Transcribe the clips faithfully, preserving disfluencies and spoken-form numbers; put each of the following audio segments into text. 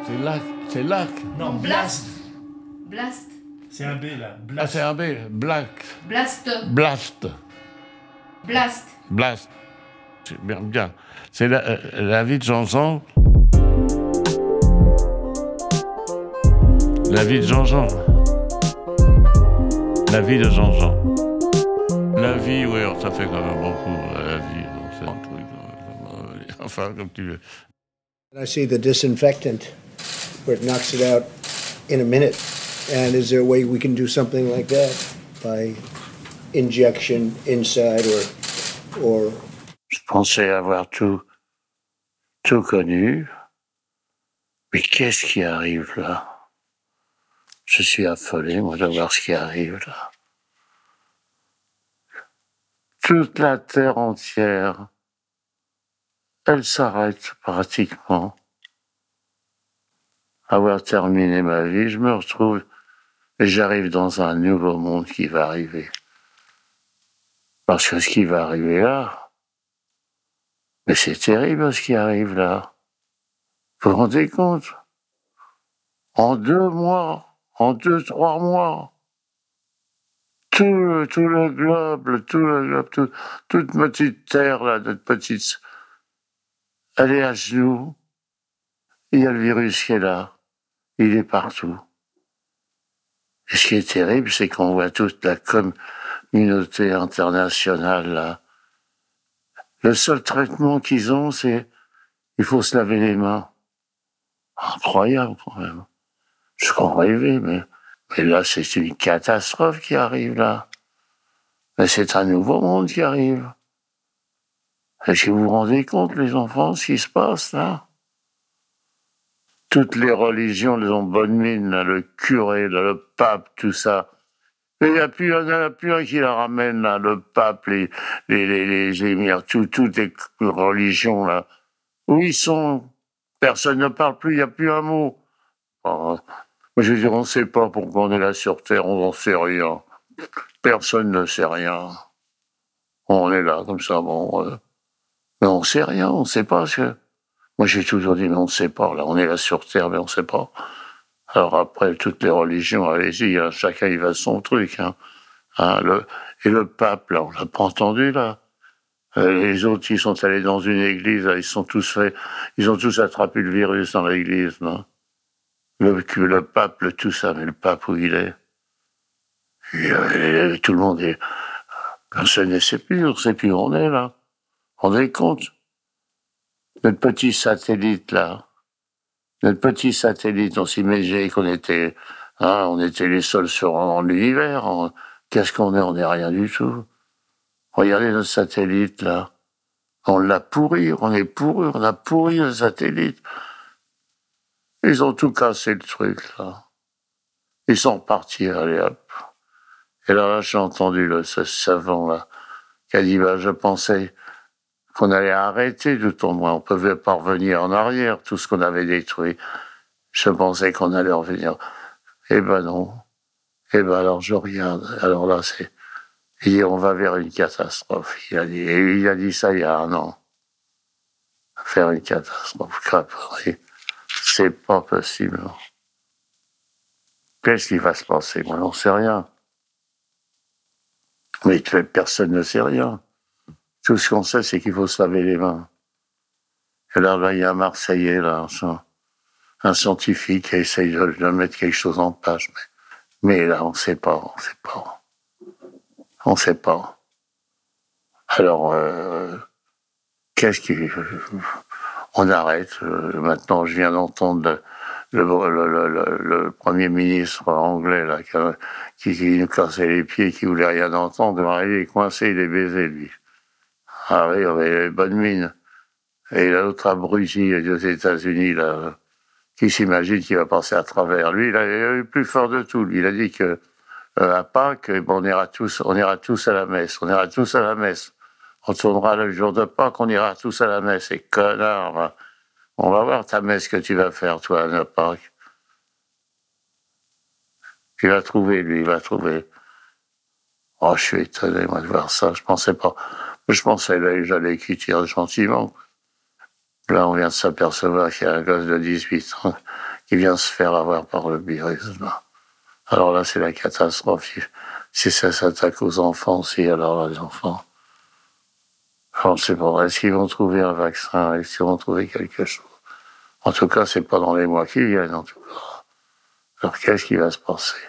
C'est lac, c'est lac. Non, blast. Blast. C'est un B là. Ah, Blast. c'est un B. Black. Blast. Blast. Blast. Blast. C'est bien, bien. C'est la, euh, la vie de Jean-Jean. La vie de Jean-Jean. La vie de Jean-Jean. La vie, oui, alors ça fait quand même beaucoup. La vie, donc c'est un truc. euh, Enfin, comme tu veux. I see the disinfectant where it knocks it out in a minute. And is there a way we can do something like that by injection inside or or Je pensais avoir tout, tout connu. Mais qu'est-ce qui arrive là? Je suis affolé, moi, de voir ce qui arrive là. Toute la terre entière, elle s'arrête pratiquement. Avoir terminé ma vie, je me retrouve et j'arrive dans un nouveau monde qui va arriver. Parce que ce qui va arriver là, mais c'est terrible ce qui arrive là. Vous vous rendez compte? En deux mois, en deux, trois mois, tout le, tout le globe, tout le globe, tout, toute petite terre là, notre petite, elle est à genoux. Il y a le virus qui est là. Il est partout. Et ce qui est terrible, c'est qu'on voit toute la communauté internationale là. Le seul traitement qu'ils ont, c'est il faut se laver les mains. Incroyable quand même. Je crois rêver, mais, mais là, c'est une catastrophe qui arrive là. Mais c'est un nouveau monde qui arrive. Est-ce que vous vous rendez compte, les enfants, ce qui se passe là? Toutes les religions, les ont bonne mine, là, le curé, là, le pape, tout ça. Mais il n'y a plus un, il y en a plus un qui la ramène, là, le pape, les, les, les, les émirs, tout, toutes les religions, là. Où ils sont? Personne ne parle plus, il n'y a plus un mot. Oh, je veux dire, on ne sait pas pourquoi on est là sur Terre, on n'en sait rien. Personne ne sait rien. On est là, comme ça, bon. Euh, mais on ne sait rien, on ne sait pas ce que... Moi, j'ai toujours dit, mais on ne sait pas, là, on est là sur Terre, mais on ne sait pas. Alors après, toutes les religions, allez-y, hein, chacun il va son truc. Hein. Hein, le, et le pape, là, on l'a pas entendu, là. Euh, les autres, ils sont allés dans une église, là, ils sont tous fait, ils ont tous attrapé le virus dans l'église, non? Le, le pape, le tout ça, mais le pape où il est. Et, euh, et, tout le monde est... Personne ne sait plus, on ne sait plus où on est, là. On est compte? Notre petit satellite, là. Notre petit satellite, on s'imaginait qu'on était, hein, on était les seuls sur en l'univers. En, qu'est-ce qu'on est? On n'est rien du tout. Regardez notre satellite, là. On l'a pourri, on est pourri, on a pourri le satellite. Ils ont tout cassé le truc, là. Ils sont repartis, allez hop. Et là, là j'ai entendu le, ce savant, là, qui a dit, bah, je pensais qu'on allait arrêter tout au moins. On pouvait pas revenir en arrière, tout ce qu'on avait détruit. Je pensais qu'on allait revenir. Eh ben non. Eh ben alors je regarde. Alors là, c'est... Il dit, on va vers une catastrophe. Il a dit, et il a dit ça il y a un an. Faire une catastrophe. Craperie. C'est pas possible. Qu'est-ce qui va se passer? Moi, j'en sais rien. Mais personne ne sait rien. Tout ce qu'on sait, c'est qu'il faut se laver les mains. Et là, là, il y a un Marseillais, là, un, un scientifique qui essaye de, de mettre quelque chose en page. Mais, mais là, on ne sait pas, on ne sait pas. On ne sait pas. Alors, euh, qu'est-ce qui... On arrête. Maintenant, je viens d'entendre le, le, le, le, le Premier ministre anglais, là, qui, qui nous cassait les pieds, qui voulait rien entendre. Il est coincé, il est baisé, lui. Ah oui, on avait bonne mine. Et l'autre abruti des États-Unis, là, qui s'imagine qu'il va passer à travers. Lui, il est le plus fort de tout. Lui, il a dit que euh, à Pâques, bon, on ira tous, on ira tous à la messe. On ira tous à la messe. On tournera le jour de Pâques, on ira tous à la messe. Et connard, va. On va voir ta messe que tu vas faire, toi, à Pâques. Il va trouver, lui, il va trouver. Oh, je suis étonné, moi, de voir ça. Je pensais pas. Je pensais que j'allais quitter gentiment. Là, on vient de s'apercevoir qu'il y a un gosse de dix-huit ans il vient se faire avoir par le virus. Là. Alors là, c'est la catastrophe. Si ça s'attaque aux enfants aussi, alors là, les enfants... Je ne sais pas. Est-ce qu'ils vont trouver un vaccin? Est-ce qu'ils vont trouver quelque chose? En tout cas, c'est pas dans les mois qui viennent, en tout cas. Alors, qu'est-ce qui va se passer?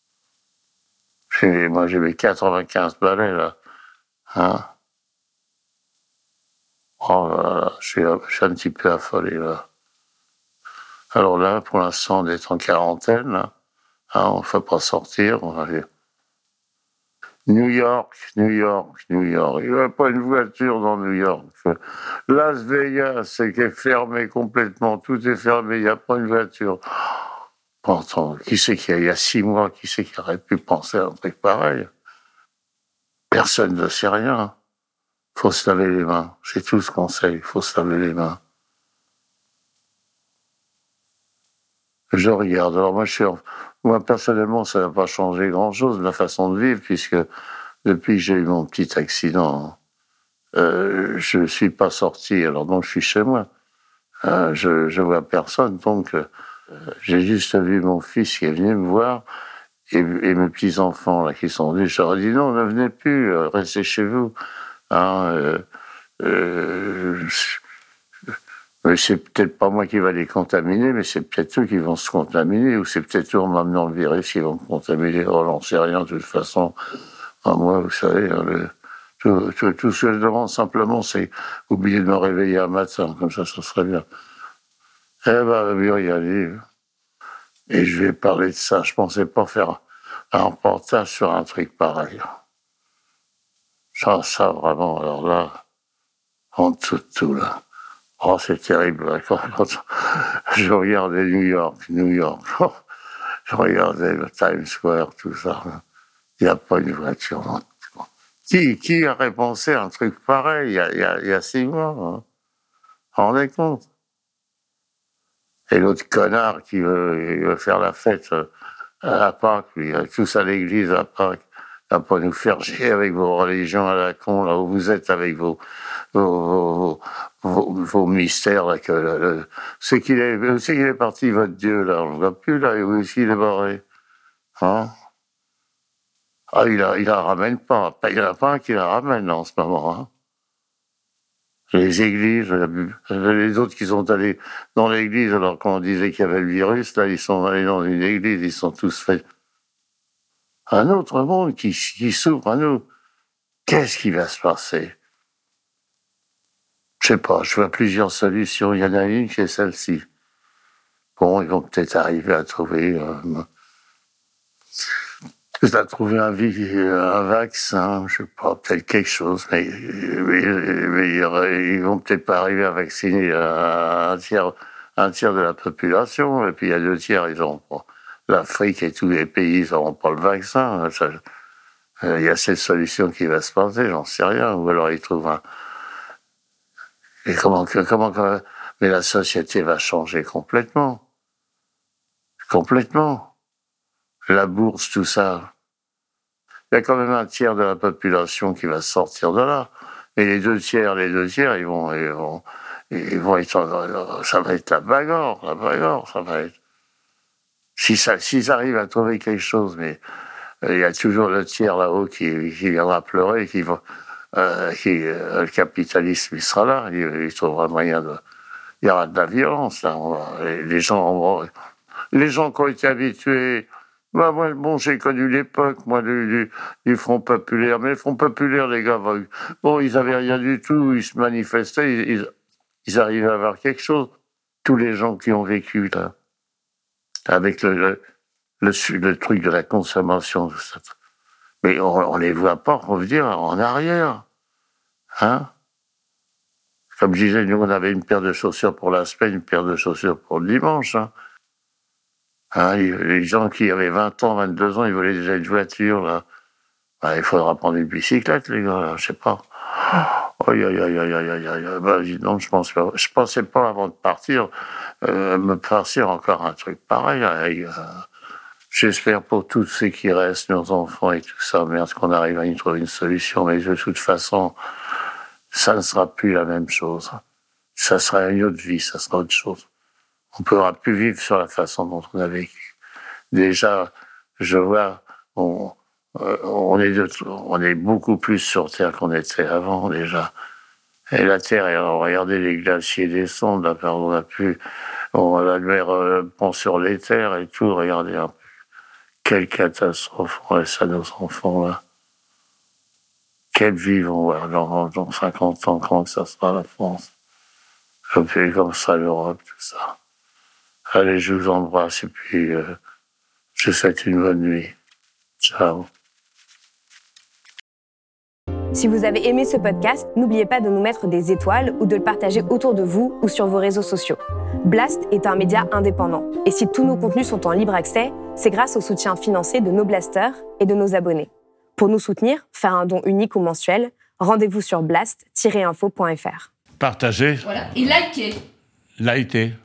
J'ai, moi, j'ai mes quatre-vingt-quinze balais, là. Hein? Oh là là, je suis, je suis un petit peu affolé, là. Alors là, pour l'instant, d'être en quarantaine, là, hein, on ne fait pas sortir, on va aller... New York, New York, New York. Il n'y a pas une voiture dans New York. Las Vegas, c'est qui est fermé complètement. Tout est fermé, il n'y a pas une voiture. Pourtant, qui c'est qu'il y a, il y a six mois, qui c'est qui aurait pu penser à un truc pareil? Personne ne sait rien. Il faut se laver les mains. C'est tout ce qu'on sait. Il faut se laver les mains. Je regarde. Alors moi, je suis... Moi, personnellement, ça n'a pas changé grand-chose de la façon de vivre, puisque depuis que j'ai eu mon petit accident, euh, je ne suis pas sorti. Alors donc, je suis chez moi. Euh, je ne vois personne. Donc, euh, j'ai juste vu mon fils qui est venu me voir et, et mes petits-enfants là, qui sont venus. Je leur ai dit non, ne venez plus, euh, restez chez vous. Hein, euh, euh, Mais c'est peut-être pas moi qui va les contaminer, mais c'est peut-être eux qui vont se contaminer, ou c'est peut-être eux en m'amenant le virus qui vont me contaminer. Oh, j'en sais rien, de toute façon. Ah, moi, vous savez, le, tout, tout, tout ce que je demande simplement, c'est oublier de me réveiller un matin, comme ça, ça serait bien. Eh ben, Muriel, et je vais parler de ça. Je pensais pas faire un reportage sur un truc pareil. Ça, ça, vraiment, alors là, en dessous de tout, là. Oh, c'est terrible. Quand, quand je regardais New York, New York, oh, je regardais le Times Square, tout ça. Il n'y a pas une voiture. Qui, qui aurait pensé à un truc pareil il y a, il y a, il y a six mois? Hein? Vous vous rendez compte? Et l'autre connard qui veut, il veut faire la fête à Pâques, lui, tous à l'église à Pâques. À pas nous faire chier avec vos religions à la con, là où vous êtes avec vos, vos, vos, vos, vos mystères. Là, que, le, le, c'est qu'il est, c'est qu'il est parti, votre Dieu, là, on ne voit plus, là, où est-ce qu'il est barré? Hein? Ah, il la, il la ramène pas. Il n'y en a pas un qui la ramène, là, en ce moment. Hein? Les églises, les autres qui sont allés dans l'église alors qu'on disait qu'il y avait le virus, là, ils sont allés dans une église, ils sont tous faits. Un autre monde qui, qui s'ouvre à nous. Qu'est-ce qui va se passer? Je sais pas, je vois plusieurs solutions. Il y en a une qui est celle-ci. Bon, ils vont peut-être arriver à trouver, euh, à trouver un, un vaccin, je sais pas, peut-être quelque chose, mais, mais, mais ils vont peut-être pas arriver à vacciner un tiers, un tiers de la population, et puis il y a deux tiers, ils ont pas. L'Afrique et tous les pays, ils n'auront pas le vaccin. Ça, euh, il y a cette solution qui va se passer, j'en sais rien. Ou alors ils trouvent un... Et comment, comment, comment... Mais la société va changer complètement. Complètement. La bourse, tout ça. Il y a quand même un tiers de la population qui va sortir de là. Et les deux tiers, les deux tiers, ils vont... Ils vont, ils vont être... Ça va être la bagarre, la bagarre, ça va être... Si ça, s'ils arrivent à trouver quelque chose, mais euh, il y a toujours le tiers là-haut qui, qui viendra pleurer, qui va, euh, qui, euh, le capitalisme il sera là, il, il trouvera moyen de, il y aura de la violence là. On va, les, les gens, vont, les gens qui ont été habitués. Bah moi, bon, j'ai connu l'époque, moi, du, du, du Front populaire, mais le Front populaire, les gars, bon, ils avaient rien du tout, ils se manifestaient, ils, ils, ils arrivaient à avoir quelque chose. Tous les gens qui ont vécu là. Avec le, le, le, le truc de la consommation. Mais on ne les voit pas revenir en arrière. Hein? Comme je disais, nous, on avait une paire de chaussures pour la semaine, une paire de chaussures pour le dimanche. Hein? Hein, les gens qui avaient vingt ans, vingt-deux ans, ils voulaient déjà une voiture. Là. Ben, il faudra prendre une bicyclette, les gars, là, je sais pas. Aïe, aïe, aïe, aïe, aïe, aïe, aïe. Ben, non, je pense pas. Je pensais pas, avant de partir, euh, me farcir encore un truc pareil. Hein, euh, j'espère pour tous ceux qui restent, nos enfants et tout ça, mais est-ce qu'on arrive à y trouver une solution? Mais de toute façon, ça ne sera plus la même chose. Ça sera une autre vie, ça sera autre chose. On ne pourra plus vivre sur la façon dont on a vécu. Déjà, je vois, on, euh, on, est de, on est beaucoup plus sur Terre qu'on était avant, déjà. Et la Terre, regardez les glaciers descendent, là, on a pu, on, la mer euh, prend sur les terres et tout, regardez un peu. Quelle catastrophe on laisse à nos enfants, là. Quelle vie vont voir dans, dans cinquante ans, comment que ça sera la France, un pays comme ça, l'Europe, tout ça. Allez, je vous embrasse et puis euh, je vous souhaite une bonne nuit. Ciao. Si vous avez aimé ce podcast, n'oubliez pas de nous mettre des étoiles ou de le partager autour de vous ou sur vos réseaux sociaux. Blast est un média indépendant. Et si tous nos contenus sont en libre accès, c'est grâce au soutien financier de nos blasters et de nos abonnés. Pour nous soutenir, faire un don unique ou mensuel, rendez-vous sur blast tiret info point f r. Partagez, Voilà. Et likez. likez.